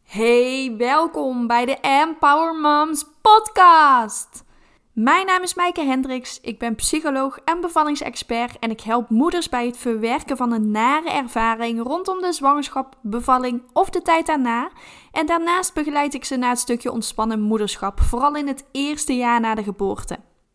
Hey, welkom bij de Empower Moms podcast. Mijn naam is Maaike Hendricks, ik ben psycholoog en bevallingsexpert en ik help moeders bij het verwerken van een nare ervaring rondom de zwangerschap, bevalling of de tijd daarna. En daarnaast begeleid ik ze naar het stukje ontspannen moederschap, vooral in het eerste jaar na de geboorte.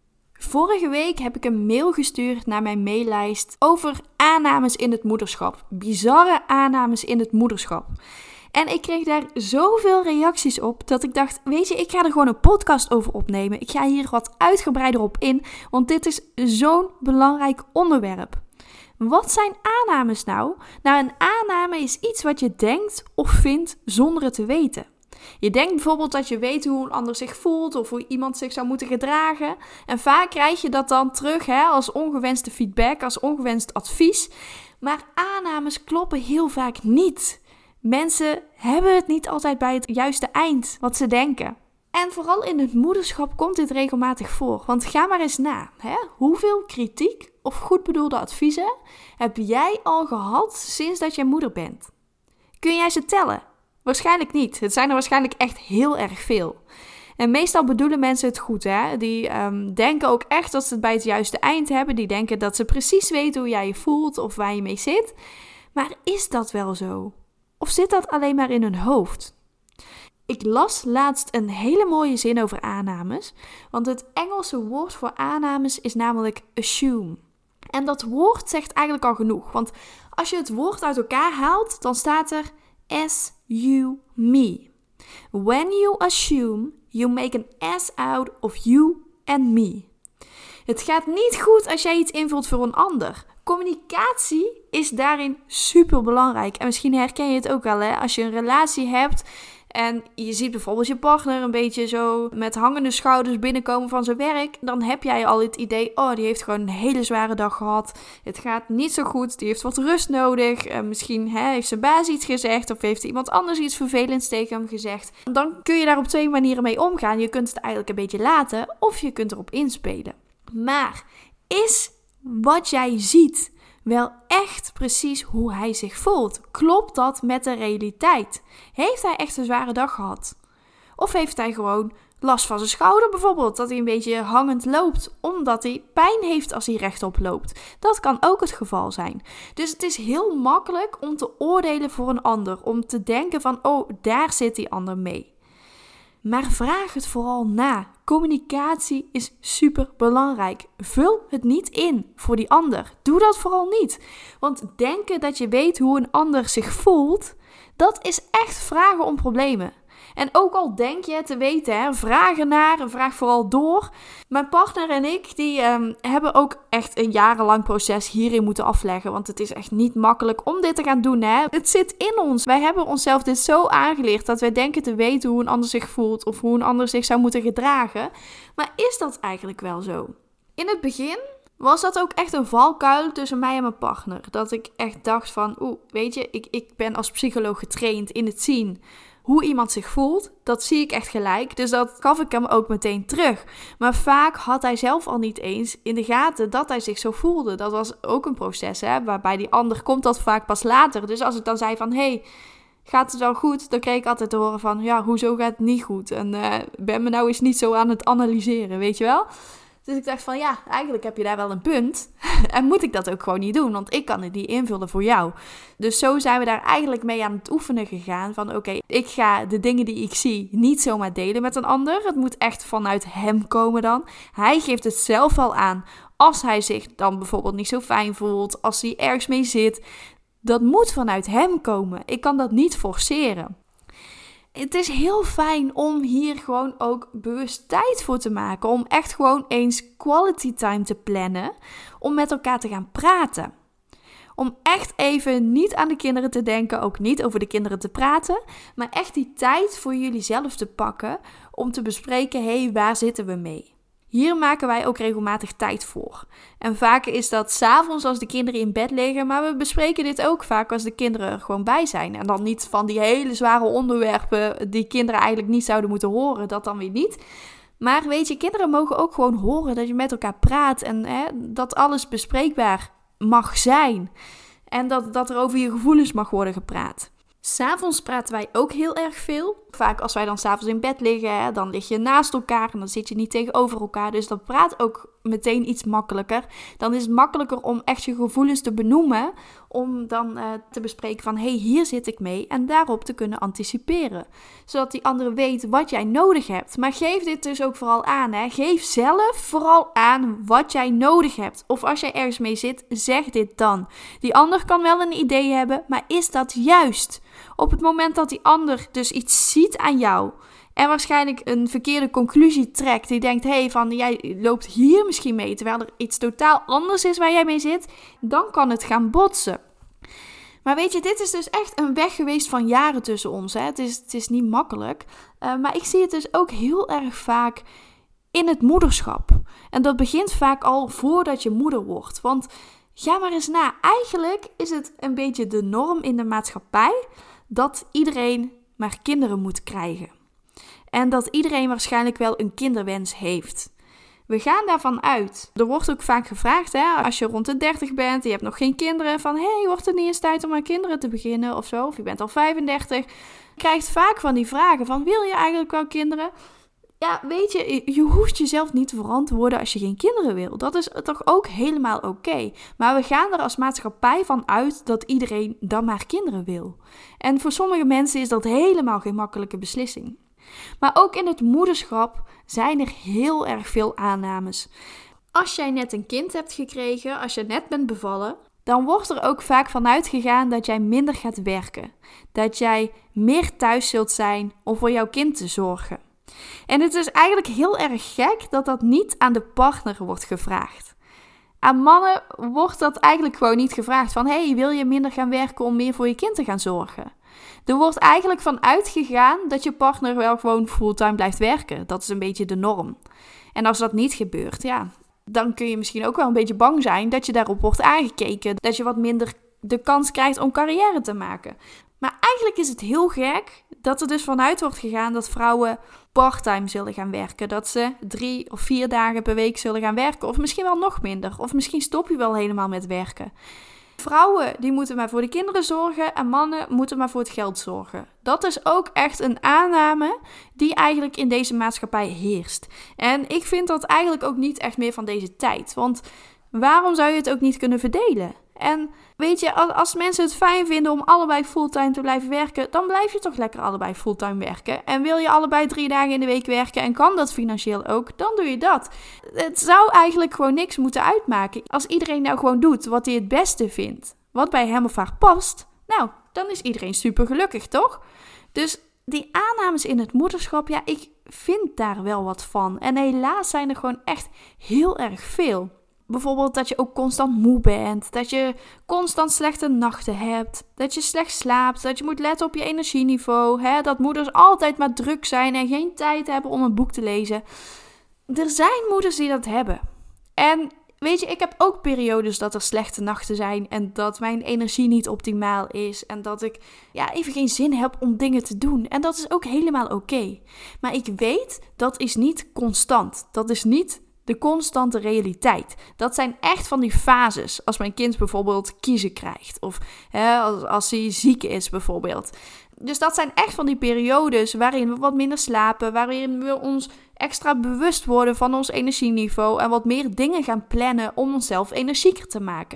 Vorige week heb ik een mail gestuurd naar mijn maillijst over aannames in het moederschap. Bizarre aannames in het moederschap. En ik kreeg daar zoveel reacties op dat ik dacht, weet je, ik ga er gewoon een podcast over opnemen. Ik ga hier wat uitgebreider op in, want dit is zo'n belangrijk onderwerp. Wat zijn aannames nou? Nou, een aanname is iets wat je denkt of vindt zonder het te weten. Je denkt bijvoorbeeld dat je weet hoe een ander zich voelt of hoe iemand zich zou moeten gedragen. En vaak krijg je dat dan terug als ongewenste feedback, als ongewenst advies. Maar aannames kloppen heel vaak niet. Mensen hebben het niet altijd bij het juiste eind wat ze denken. En vooral in het moederschap komt dit regelmatig voor. Want ga maar eens na. Hoeveel kritiek of goed bedoelde adviezen heb jij al gehad sinds dat jij moeder bent? Kun jij ze tellen? Waarschijnlijk niet. Het zijn er waarschijnlijk echt heel erg veel. En meestal bedoelen mensen het goed. Die denken ook echt dat ze het bij het juiste eind hebben. Die denken dat ze precies weten hoe jij je voelt of waar je mee zit. Maar is dat wel zo? Of zit dat alleen maar in hun hoofd? Ik las laatst een hele mooie zin over aannames. Want het Engelse woord voor aannames is namelijk assume. En dat woord zegt eigenlijk al genoeg. Want als je het woord uit elkaar haalt, dan staat er as you me. When you assume, you make an ass out of you and me. Het gaat niet goed als jij iets invult voor een ander. Communicatie is daarin super belangrijk. En misschien herken je het ook wel, als je een relatie hebt en je ziet bijvoorbeeld je partner een beetje zo met hangende schouders binnenkomen van zijn werk, dan heb jij al het idee, die heeft gewoon een hele zware dag gehad. Het gaat niet zo goed, die heeft wat rust nodig. Misschien heeft zijn baas iets gezegd of heeft iemand anders iets vervelends tegen hem gezegd. Dan kun je daar op twee manieren mee omgaan. Je kunt het eigenlijk een beetje laten of je kunt erop inspelen. Maar is wat jij ziet wel echt precies hoe hij zich voelt? Klopt dat met de realiteit? Heeft hij echt een zware dag gehad? Of heeft hij gewoon last van zijn schouder bijvoorbeeld? Dat hij een beetje hangend loopt omdat hij pijn heeft als hij rechtop loopt. Dat kan ook het geval zijn. Dus het is heel makkelijk om te oordelen voor een ander. Om te denken van, daar zit die ander mee. Maar vraag het vooral na. Communicatie is super belangrijk. Vul het niet in voor die ander. Doe dat vooral niet. Want denken dat je weet hoe een ander zich voelt, dat is echt vragen om problemen. En ook al denk je te weten, vraag ernaar en vraag vooral door. Mijn partner en ik, die hebben ook echt een jarenlang proces hierin moeten afleggen. Want het is echt niet makkelijk om dit te gaan doen. Het zit in ons. Wij hebben onszelf dit zo aangeleerd dat wij denken te weten hoe een ander zich voelt of hoe een ander zich zou moeten gedragen. Maar is dat eigenlijk wel zo? In het begin was dat ook echt een valkuil tussen mij en mijn partner. Dat ik echt dacht van, weet je, ik ben als psycholoog getraind in het zien hoe iemand zich voelt, dat zie ik echt gelijk. Dus dat gaf ik hem ook meteen terug. Maar vaak had hij zelf al niet eens in de gaten dat hij zich zo voelde. Dat was ook een proces, waarbij die ander komt dat vaak pas later. Dus als ik dan zei van, hey, gaat het wel goed? Dan kreeg ik altijd te horen van, ja, hoezo gaat het niet goed? En ben me nou eens niet zo aan het analyseren, weet je wel? Dus ik dacht van, ja, eigenlijk heb je daar wel een punt. En moet ik dat ook gewoon niet doen, want ik kan het niet invullen voor jou. Dus zo zijn we daar eigenlijk mee aan het oefenen gegaan. Van oké, ik ga de dingen die ik zie niet zomaar delen met een ander. Het moet echt vanuit hem komen dan. Hij geeft het zelf al aan als hij zich dan bijvoorbeeld niet zo fijn voelt. Als hij ergens mee zit. Dat moet vanuit hem komen. Ik kan dat niet forceren. Het is heel fijn om hier gewoon ook bewust tijd voor te maken. Om echt gewoon eens quality time te plannen. Om met elkaar te gaan praten. Om echt even niet aan de kinderen te denken. Ook niet over de kinderen te praten. Maar echt die tijd voor jullie zelf te pakken. Om te bespreken, waar zitten we mee? Hier maken wij ook regelmatig tijd voor. En vaak is dat 's avonds als de kinderen in bed liggen. Maar we bespreken dit ook vaak als de kinderen er gewoon bij zijn. En dan niet van die hele zware onderwerpen die kinderen eigenlijk niet zouden moeten horen. Dat dan weer niet. Maar weet je, kinderen mogen ook gewoon horen dat je met elkaar praat. En dat alles bespreekbaar mag zijn. En dat er over je gevoelens mag worden gepraat. 'S'avonds praten wij ook heel erg veel. Vaak als wij dan 's avonds in bed liggen, dan lig je naast elkaar en dan zit je niet tegenover elkaar. Dus dat praat ook meteen iets makkelijker. Dan is het makkelijker om echt je gevoelens te benoemen. Om dan te bespreken van, hier zit ik mee. En daarop te kunnen anticiperen. Zodat die andere weet wat jij nodig hebt. Maar geef dit dus ook vooral aan. Geef zelf vooral aan wat jij nodig hebt. Of als jij ergens mee zit, zeg dit dan. Die ander kan wel een idee hebben, maar is dat juist? Op het moment dat die ander dus iets ziet aan jou en waarschijnlijk een verkeerde conclusie trekt, die denkt, jij loopt hier misschien mee, terwijl er iets totaal anders is waar jij mee zit, dan kan het gaan botsen. Maar weet je, dit is dus echt een weg geweest van jaren tussen ons. Het is niet makkelijk, maar ik zie het dus ook heel erg vaak in het moederschap. En dat begint vaak al voordat je moeder wordt, want ga maar eens na. Eigenlijk is het een beetje de norm in de maatschappij dat iedereen maar kinderen moet krijgen. En dat iedereen waarschijnlijk wel een kinderwens heeft. We gaan daarvan uit. Er wordt ook vaak gevraagd, als je rond de 30 bent en je hebt nog geen kinderen, van wordt het niet eens tijd om aan kinderen te beginnen of zo? Of je bent al 35. Je krijgt vaak van die vragen van, wil je eigenlijk wel kinderen? Ja, weet je hoeft jezelf niet te verantwoorden als je geen kinderen wil. Dat is toch ook helemaal oké. Maar we gaan er als maatschappij van uit dat iedereen dan maar kinderen wil. En voor sommige mensen is dat helemaal geen makkelijke beslissing. Maar ook in het moederschap zijn er heel erg veel aannames. Als jij net een kind hebt gekregen, als je net bent bevallen, dan wordt er ook vaak van uitgegaan dat jij minder gaat werken. Dat jij meer thuis zult zijn om voor jouw kind te zorgen. En het is eigenlijk heel erg gek dat dat niet aan de partner wordt gevraagd. Aan mannen wordt dat eigenlijk gewoon niet gevraagd van, wil je minder gaan werken om meer voor je kind te gaan zorgen? Er wordt eigenlijk van uitgegaan dat je partner wel gewoon fulltime blijft werken. Dat is een beetje de norm. En als dat niet gebeurt, dan kun je misschien ook wel een beetje bang zijn dat je daarop wordt aangekeken. Dat je wat minder de kans krijgt om carrière te maken. Maar eigenlijk is het heel gek dat er dus vanuit wordt gegaan dat vrouwen parttime zullen gaan werken. Dat ze 3 of 4 dagen per week zullen gaan werken. Of misschien wel nog minder. Of misschien stop je wel helemaal met werken. Vrouwen die moeten maar voor de kinderen zorgen en mannen moeten maar voor het geld zorgen. Dat is ook echt een aanname die eigenlijk in deze maatschappij heerst. En ik vind dat eigenlijk ook niet echt meer van deze tijd. Want waarom zou je het ook niet kunnen verdelen? En weet je, als mensen het fijn vinden om allebei fulltime te blijven werken, dan blijf je toch lekker allebei fulltime werken. En wil je allebei 3 dagen in de week werken en kan dat financieel ook, dan doe je dat. Het zou eigenlijk gewoon niks moeten uitmaken. Als iedereen nou gewoon doet wat hij het beste vindt, wat bij hem of haar past, dan is iedereen super gelukkig, toch? Dus die aannames in het moederschap, ik vind daar wel wat van. En helaas zijn er gewoon echt heel erg veel. Bijvoorbeeld dat je ook constant moe bent, dat je constant slechte nachten hebt, dat je slecht slaapt, dat je moet letten op je energieniveau, dat moeders altijd maar druk zijn en geen tijd hebben om een boek te lezen. Er zijn moeders die dat hebben. En weet je, ik heb ook periodes dat er slechte nachten zijn en dat mijn energie niet optimaal is en dat ik even geen zin heb om dingen te doen. En dat is ook helemaal oké. Maar ik weet, dat is niet constant. Dat is niet de constante realiteit. Dat zijn echt van die fases. Als mijn kind bijvoorbeeld kiezen krijgt. Of als hij ziek is bijvoorbeeld. Dus dat zijn echt van die periodes waarin we wat minder slapen. Waarin we ons extra bewust worden van ons energieniveau. En wat meer dingen gaan plannen om onszelf energieker te maken.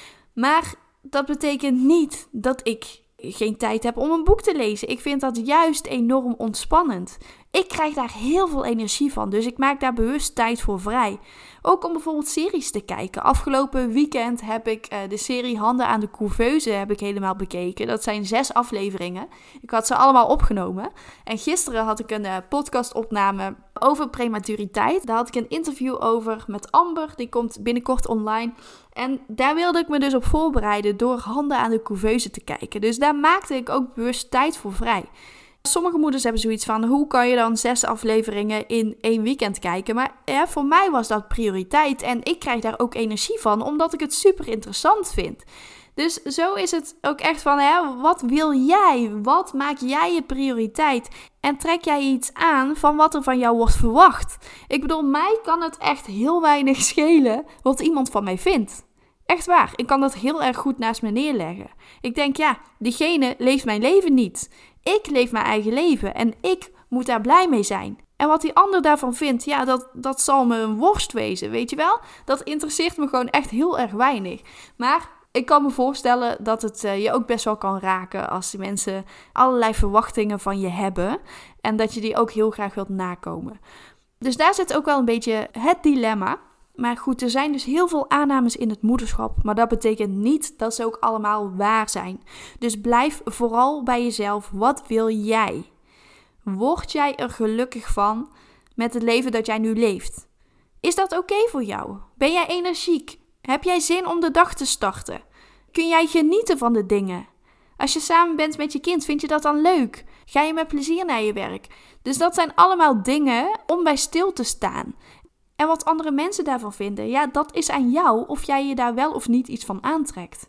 Maar dat betekent niet dat ik geen tijd heb om een boek te lezen. Ik vind dat juist enorm ontspannend. Ik krijg daar heel veel energie van, dus ik maak daar bewust tijd voor vrij. Ook om bijvoorbeeld series te kijken. Afgelopen weekend heb ik de serie Handen aan de Couveuse helemaal bekeken. Dat zijn 6 afleveringen. Ik had ze allemaal opgenomen. En gisteren had ik een podcastopname over prematuriteit. Daar had ik een interview over met Amber. Die komt binnenkort online. En daar wilde ik me dus op voorbereiden door Handen aan de Couveuse te kijken. Dus daar maakte ik ook bewust tijd voor vrij. Sommige moeders hebben zoiets van, hoe kan je dan 6 afleveringen in 1 weekend kijken? Maar voor mij was dat prioriteit en ik krijg daar ook energie van, omdat ik het super interessant vind. Dus zo is het ook echt van, wat wil jij? Wat maak jij je prioriteit? En trek jij iets aan van wat er van jou wordt verwacht? Ik bedoel, mij kan het echt heel weinig schelen wat iemand van mij vindt. Echt waar, ik kan dat heel erg goed naast me neerleggen. Ik denk, ja, diegene leeft mijn leven niet. Ik leef mijn eigen leven en ik moet daar blij mee zijn. En wat die ander daarvan vindt, ja, dat zal me een worst wezen, weet je wel? Dat interesseert me gewoon echt heel erg weinig. Maar ik kan me voorstellen dat het je ook best wel kan raken als die mensen allerlei verwachtingen van je hebben. En dat je die ook heel graag wilt nakomen. Dus daar zit ook wel een beetje het dilemma. Maar goed, er zijn dus heel veel aannames in het moederschap. Maar dat betekent niet dat ze ook allemaal waar zijn. Dus blijf vooral bij jezelf. Wat wil jij? Word jij er gelukkig van met het leven dat jij nu leeft? Is dat oké voor jou? Ben jij energiek? Heb jij zin om de dag te starten? Kun jij genieten van de dingen? Als je samen bent met je kind, vind je dat dan leuk? Ga je met plezier naar je werk? Dus dat zijn allemaal dingen om bij stil te staan. En wat andere mensen daarvan vinden, ja, dat is aan jou of jij je daar wel of niet iets van aantrekt.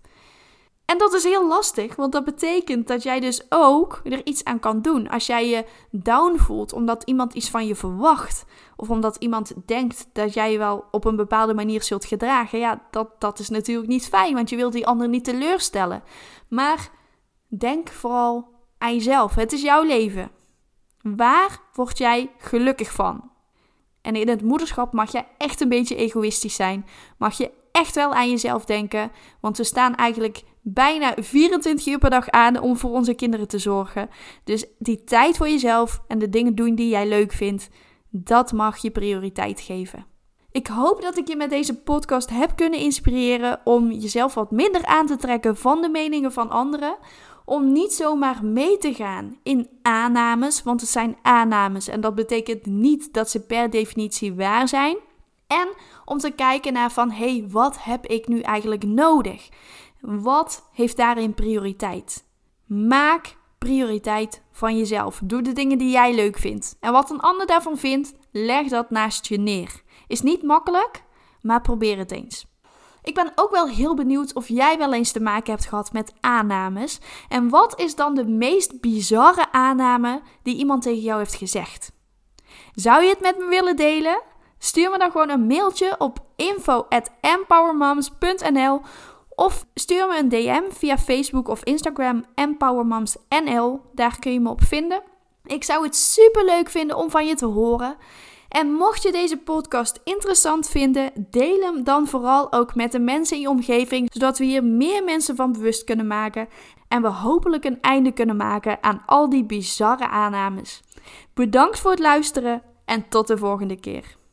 En dat is heel lastig, want dat betekent dat jij dus ook er iets aan kan doen. Als jij je down voelt omdat iemand iets van je verwacht, of omdat iemand denkt dat jij je wel op een bepaalde manier zult gedragen, ja, dat is natuurlijk niet fijn, want je wilt die ander niet teleurstellen. Maar denk vooral aan jezelf. Het is jouw leven. Waar word jij gelukkig van? En in het moederschap mag je echt een beetje egoïstisch zijn. Mag je echt wel aan jezelf denken. Want we staan eigenlijk bijna 24 uur per dag aan om voor onze kinderen te zorgen. Dus die tijd voor jezelf en de dingen doen die jij leuk vindt, dat mag je prioriteit geven. Ik hoop dat ik je met deze podcast heb kunnen inspireren om jezelf wat minder aan te trekken van de meningen van anderen. Om niet zomaar mee te gaan in aannames, want het zijn aannames en dat betekent niet dat ze per definitie waar zijn. En om te kijken naar van, hey, wat heb ik nu eigenlijk nodig? Wat heeft daarin prioriteit? Maak prioriteit van jezelf. Doe de dingen die jij leuk vindt. En wat een ander daarvan vindt, leg dat naast je neer. Is niet makkelijk, maar probeer het eens. Ik ben ook wel heel benieuwd of jij wel eens te maken hebt gehad met aannames. En wat is dan de meest bizarre aanname die iemand tegen jou heeft gezegd? Zou je het met me willen delen? Stuur me dan gewoon een mailtje op info@empowermoms.nl of stuur me een DM via Facebook of Instagram empowermomsnl. Daar kun je me op vinden. Ik zou het super leuk vinden om van je te horen. En mocht je deze podcast interessant vinden, deel hem dan vooral ook met de mensen in je omgeving, zodat we hier meer mensen van bewust kunnen maken en we hopelijk een einde kunnen maken aan al die bizarre aannames. Bedankt voor het luisteren en tot de volgende keer.